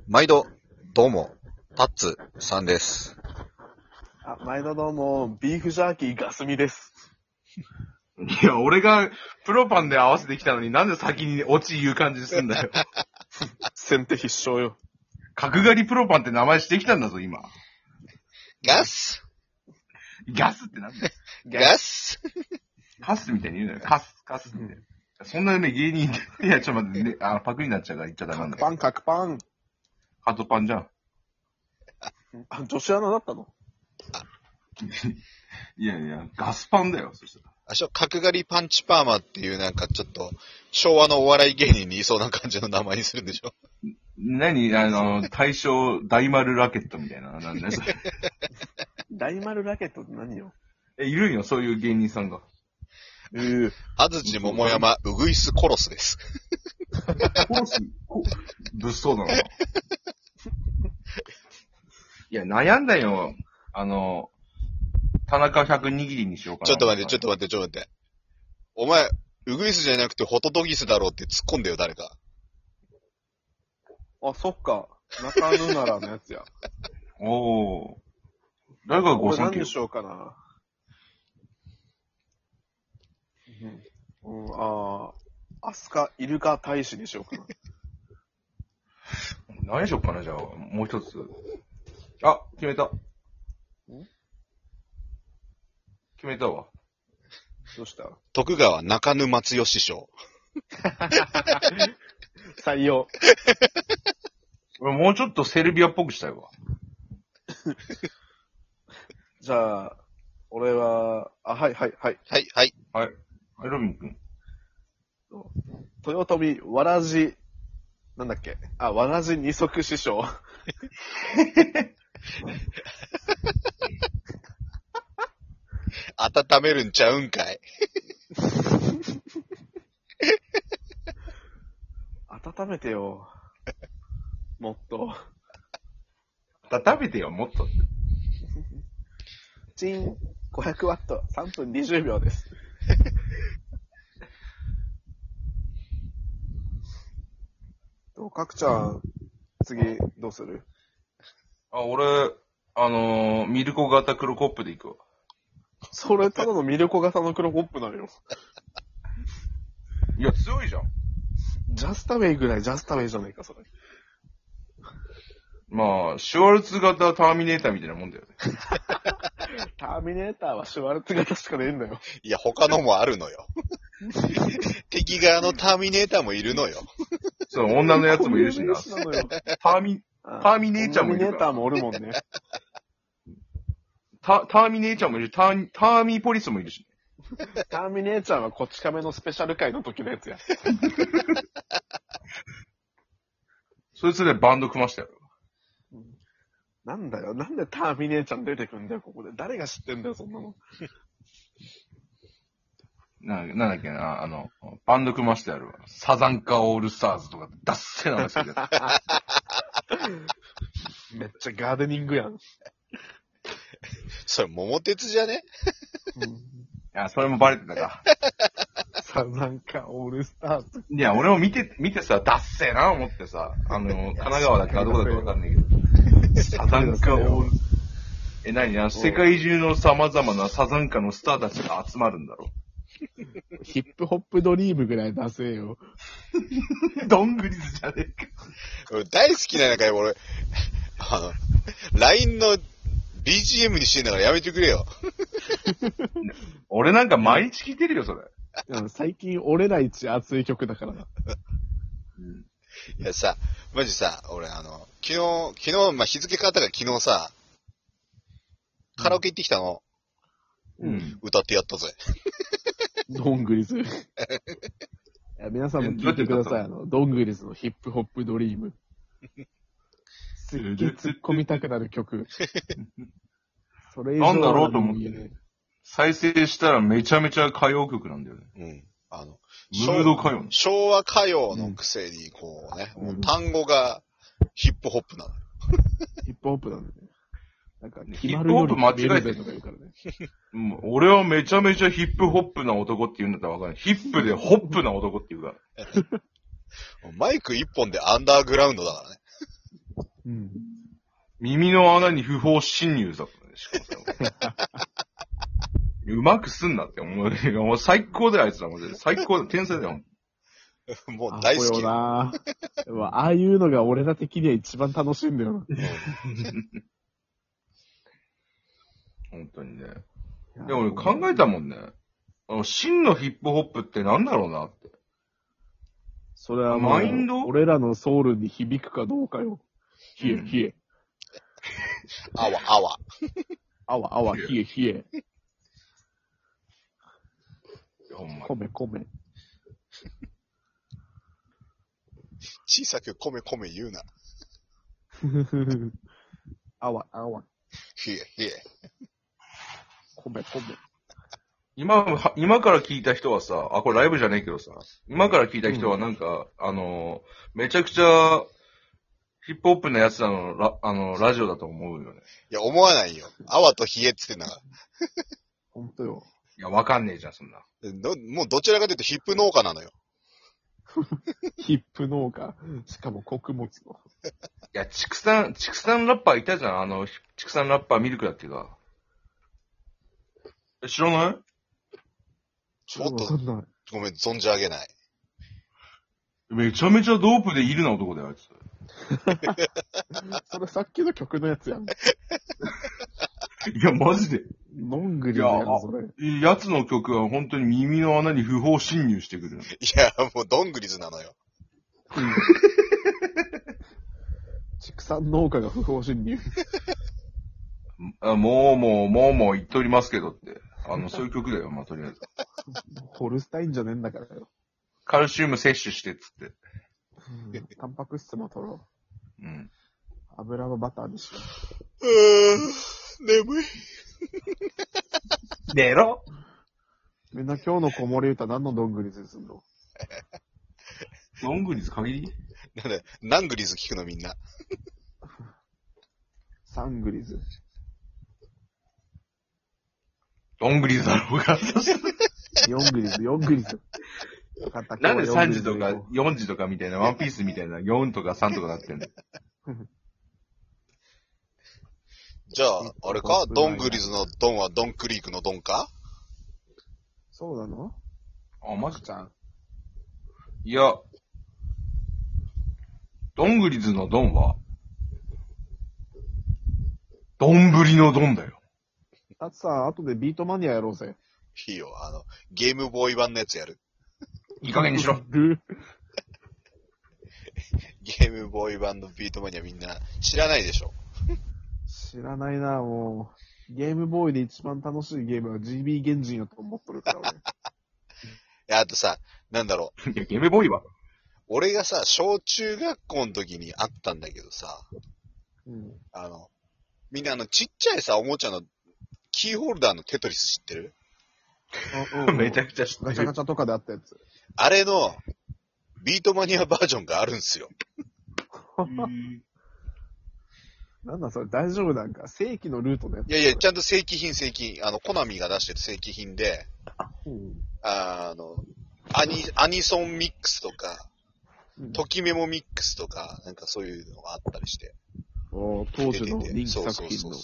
毎度、どうも、タッツさんです。 毎度どうも、ビーフジャーキーガスミです。 いや、俺がプロパンで合わせてきたのになんで先にオチ言う感じすんだよ。 先手必勝よ。 角刈りプロパンって名前してきたんだぞ、今。 ガスガスってなんだよ。 ガスカスみたいに言うのよ。カスって。そんなね、芸人、いや、ちょっと待ってね、パクになっちゃうから言っちゃダメなんだ角パン、角パン。 ハトパンじゃん。 女子アナだったの？ いやいや、ガスパンだよ、そしたら。 角刈りパンチパーマっていうなんかちょっと、昭和のお笑い芸人にいそうな感じの名前にするんでしょ？ 何大正大丸ラケットみたいな、なんだよ、それ。 大丸ラケットって何よ？ いるんよ、そういう芸人さんが。 安土桃山ウグイスコロスです。 物騒だな。いや、悩んだよ。田中100握りにしようかな。 ちょっと待って。お前、ウグイスじゃなくてホトトギスだろうって突っ込んでよ、誰か。 あ、そっか。中野ならのやつや。 おー。誰がご参加何にしようかな。アスカイルカ大使にしようかな。 何しよっかな、じゃあ、もう一つ。あ、決めた。決めたわ。 どうした？ 徳川中野松義師匠。 採用。 俺もうちょっとセルビアっぽくしたいわ。 じゃあ、俺は、はい。 はい。 はい、ロビン君。 豊臣わらじ、なんだっけ？わらじ二足師匠。 温めるんちゃうんかい。 温めてよ。もっと。 温めてよ、もっと。 チン、500ワット、3分20秒です。かくちゃん、次、どうする？ 俺、ミルコ型黒コップでいくわ。 それ、ただのミルコ型の黒コップなのよ。 いや、強いじゃん。 ジャスタウェイぐらいジャスタウェイじゃないか、それ。 まあ、シュワルツ型ターミネーターみたいなもんだよね。 ターミネーターはシュワルツ型しかねえんだよ。 いや、他のもあるのよ。敵側のターミネーターもいるのよ。 そう、女のやつもいるしな。ターミネーチャーもいるから。ターミネーターもおるもんね。 ターミネーチャーもいるし、ターミーポリスもいるし。 ターミネーチャーはこち亀のスペシャル回の時のやつや。 そいつでバンド組ましたよ。 なんだよ、なんでターミネーチャー出てくんだよ、ここで。誰が知ってんだよ、そんなの。 なんだっけな、バンド組ましてやるわ。サザンカオールスターズとか、ダッセーな話で。 めっちゃガーデニングやん。 それ、桃鉄じゃね？ いや、それもバレてたか。 サザンカオールスターズ。 いや、俺も見てさ、ダッセーな思ってさ、神奈川だかどこだかわかんないけど。サザンカオール、何世界中の様々なサザンカのスターたちが集まるんだろ。 ヒップホップドリームぐらい出せよ。 ドングリズじゃねえか。 俺大好きなのかよ、俺。LINE の BGM にしてんだからやめてくれよ。 俺なんか毎日聴いてるよ、それ。 最近俺ら一熱い曲だからな。 いやさ、マジさ、俺昨日、まあ、日付変わったから昨日さ、カラオケ行ってきたの。歌ってやったぜ。 ドングリズ。いや皆さんも聞いてください。ドングリズのヒップホップドリーム。すっげえ突っ込みたくなる曲。それ以上なんだろうと思ってね。再生したらめちゃめちゃ歌謡曲なんだよね。ムード歌謡。 昭和歌謡のくせに、こうね、もう単語がヒップホップなの。 ヒップホップなんだね。なんか、 ヒップホップ間違えてるとか言うからね。俺はめちゃめちゃヒップホップな男って言うんだったらわかんない。ヒップでホップな男って言うから。 マイク一本でアンダーグラウンドだからね。 耳の穴に不法侵入だったね、しかもさ。うまくすんなって思う。もう最高だよ、あいつら。もう最高だ。天才だよ。 もう大好きよ。 なでもああいうのが俺ら的には一番楽しいんだよな。 本当にね。でも俺考えたもんね。真のヒップホップってなんだろうなって。 それはもう、 マインド俺らのソウルに響くかどうかよ。冷え、冷え。 あわ、あわ。 あわ、あわ、冷え、冷え。 ほんま。 米、米。 小さく米米言うな。 あわ、あわ。 冷え、冷え。 米、米。 今から聞いた人はさ、これライブじゃねえけどさ、今から聞いた人はなんか、めちゃくちゃ、ヒップホップなやつらのラジオだと思うよね。 いや、思わないよ。あわと冷えって言ってんだかほんとよ。 いや、わかんねえじゃん、そんな。 ら。もうどちらかというとヒップ農家なのよ。 ヒップ農家。しかも穀物の。 いや、畜産ラッパーいたじゃん、畜産ラッパーミルクだっていうか。知らないちょっとわか、んない。 ごめん、存じ上げない。 めちゃめちゃドープでいるな男だよ、あいつ。 それさっきの曲のやつやん。 いや、マジで。 ノングリのやつ、それ。 やつの曲は本当に耳の穴に不法侵入してくる。 いや、もうどんぐりずなのよ。 畜産農家が不法侵入。 もう言っておりますけどって。そういう曲だよ、まあ、とりあえず。 ホルスタインじゃねえんだからよ。 カルシウム摂取してっつって。 タンパク質も取ろうん。 う。油はバターにしよ眠い。 寝ろう。みんな今日の子守歌何のどんぐりずすんの？ ロングリズ限りなんで、ナングリズ聞くのみんな。 サングリズ。 ロングリズだろうが。 ヨングリズ、ヨングリズ。よかったなんで3時とか今日はヨングリズ 4時とかみたいな、ワンピースみたいな4とか3とかなってんの。 じゃあ、あれかドングリズのドンはドンクリークのドンかそうなの？ あ、マジちゃん。 いや、ドングリズのドンは、どんぶりのドンだよ。 だってさ、後でビートマニアやろうぜ。 いいよ、ゲームボーイ版のやつやる。 いい加減にしろ。 ゲームボーイ版のビートマニアみんな知らないでしょ。 知らないな、もう。ゲームボーイで一番楽しいゲームは GB 原人やと思っとるから俺。 いや、あとさ、なんだろう。 いや、ゲームボーイは。 俺がさ、小中学校の時にあったんだけどさ、 うん。 みんなちっちゃいさ、おもちゃのキーホルダーのテトリス知ってる？ めちゃくちゃ知ってる。 ガチャガチャとかであったやつ。 あれの、ビートマニアバージョンがあるんすよ。 なんだそれ大丈夫なんか正規のルートのやつ。 いやいや、ちゃんと正規品、コナミが出してる正規品で、 うんアニソンミックスとか、ときメモミックスとか、なんかそういうのがあったりして。 当時の人気作品の。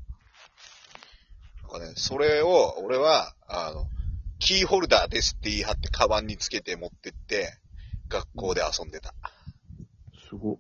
なんかね、それを、俺は、キーホルダーですって言い張ってカバンにつけて持ってって、学校で遊んでた。 すご。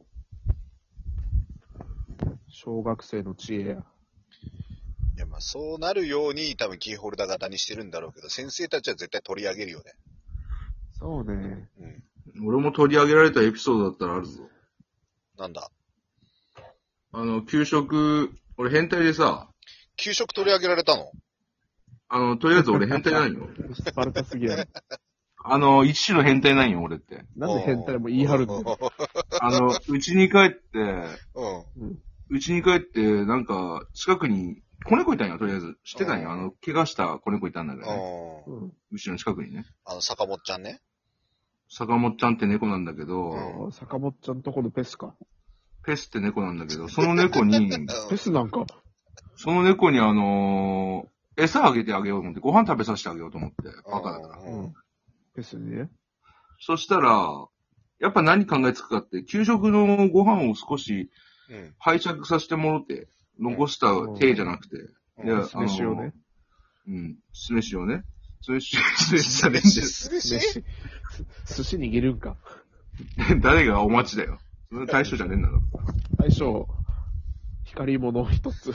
小学生の知恵や。 いや、まあそうなるように多分キーホルダー型にしてるんだろうけど、先生たちは絶対取り上げるよね。 そうね。 うん。 俺も取り上げられたエピソードだったらあるぞ。 なんだ。 給食、俺変態でさ、 給食取り上げられたの？ とりあえず俺変態なんよ。 スパルタすぎや。 一種の変態なんよ、俺って。 なんで変態も言い張るんだよ。 うちに帰って、 うん。 なんか、近くに、子猫いたんよ、とりあえず。知ってたんよ。怪我した子猫いたんだけどね。うちの近くにね。 坂本ちゃんね。 坂本ちゃんって猫なんだけど、 坂本ちゃんとこのペスか。 ペスって猫なんだけど、その猫に、 ペスなんか。 その猫に餌あげてあげようと思って、ご飯食べさせてあげようと思って、バカだから。 ペスにね。 そしたら、やっぱ何考えつくかって、給食のご飯を少し、 うん。 拝借させてもろて、残した手じゃなくて。 うんで、 酢飯をね。 うん。酢飯をね。酢飯じゃねえんだよ。 酢飯飯。寿司握るんか。 誰がお待ちだよ。その対象じゃねえんだろ。 最初、光り物一つ。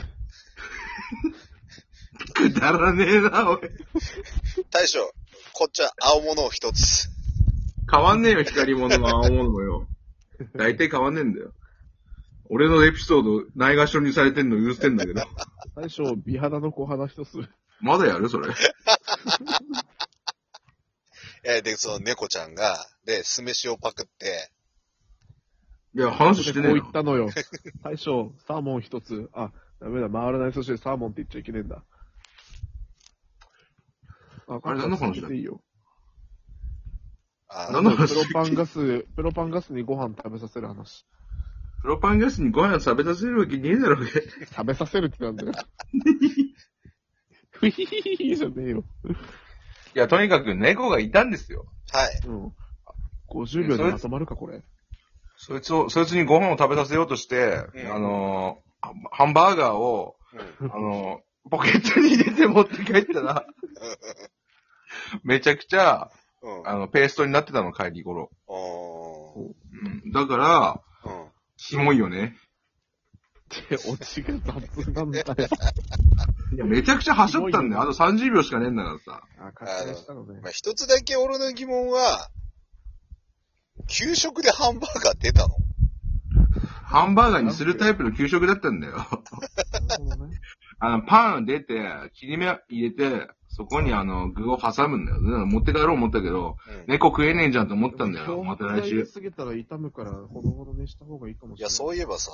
くだらねえな、おい。 大将、こっちは青物を一つ。 変わんねえよ、光り物の青物もよ。大体変わんねえんだよ。俺のエピソード、ないがしろにされてんの許してんだけど。 最初、美肌の小肌一つ。 まだやるそれ。 で、その猫ちゃんが、で、酢飯をパクって、 いや、話してねえこうよ。 言ったのよ。最初、サーモン一つ。あ、ダメだ、回らない寿司でサーモンって言っちゃいけねえんだ。 あれ何の話だいいよ。 何の話プロパンガスにご飯食べさせる話。 プロパンガスにご飯食べさせるわけねえだろうが。 食べさせるってなんだよ。ふひひひひじゃねえよ。 いや、とにかく猫がいたんですよ。 はい。 うん。50秒でまとまるか、これ。 そいつにご飯を食べさせようとして、 うんハンバーガーを、 うんポケットに入れて持って帰ったら、めちゃくちゃ、 うん。 ペーストになってたの、帰り頃。 おー。 うん。だから、 うん。 キモいよね。 って、オチが雑なんだよ。 いや、めちゃくちゃ走ったんだよ。あと30秒しかねえんだからさ。 あ、勝手にしたのねまあ、。一つだけ俺の疑問は、給食でハンバーガー出たの？ ハンバーガーにするタイプの給食だったんだよ。 なるほどね。 パン出て、切り目入れて、そこに具を挟むんだよ。だから持って帰ろう思ったけど、 うん。 猫食えねえじゃんと思ったんだよ。また来週。 過ぎたら傷むから、ほどほどにした方がいいかもしいや、 れない。 そういえばさ、